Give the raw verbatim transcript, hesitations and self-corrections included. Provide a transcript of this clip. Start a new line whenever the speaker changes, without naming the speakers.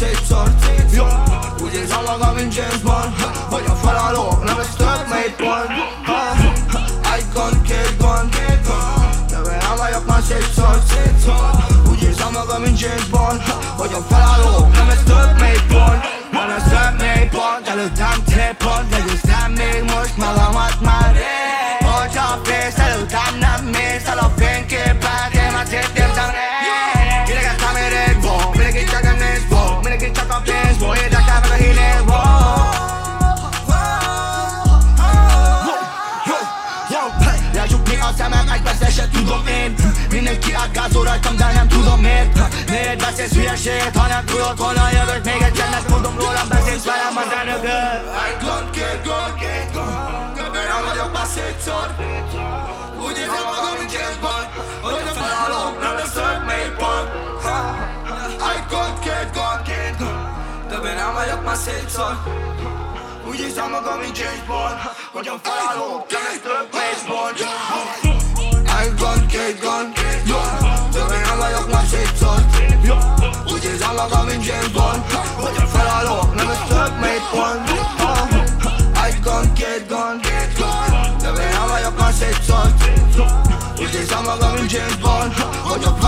szétszór. Úgy érzem magam, mint James Bond, hogy a felállók, nem lesz több mély pont. Egy gond, két gond, de nem vagyok már szétszór. Úgy érzem magam, mint James Bond, hogy a felállók, nem lesz több mély pont. Nem lesz több mély pont, előttem tépont, legyőztem még most magamat már rég. Hogyha fész, előttem nem mész el a fényképen, én már széttéptem rég. Idegettem én rég, wow, mindenki csak nem néz, wow, mindenki csak a pénz, wow, érdekel meg a hínél, wow. Lecsukni a szemem, egy persze se tudom én. Mindenki átgázol rajtam, de nem tudom miért. Miért beszélsz hülyeséget, ha nem tudod honnan jövök. Még egyszer megmondom rólam, beszélsz velem az elnököd. Egy gond, két gond, két gond, többé nem vagyok már szétszór. Úgy érzem magam, mint James Bond, hogy a felállom, nem lesz több mély pont. Egy gond, két gond, két gond, többé nem vagyok már szétszór. Úgy érzem magam, mint James Bond, hogy a felállom, nem lesz több mély pont. Egy gond, két gond, többé nem vagyok már szétszór. Úgy érzem magam, mint James Bond, hogy a felállom, nem lesz több mély pont. Egy gond, két gond, többé nem vagyok már szétszór. Úgy érzem magam, mint James Bond, hogy a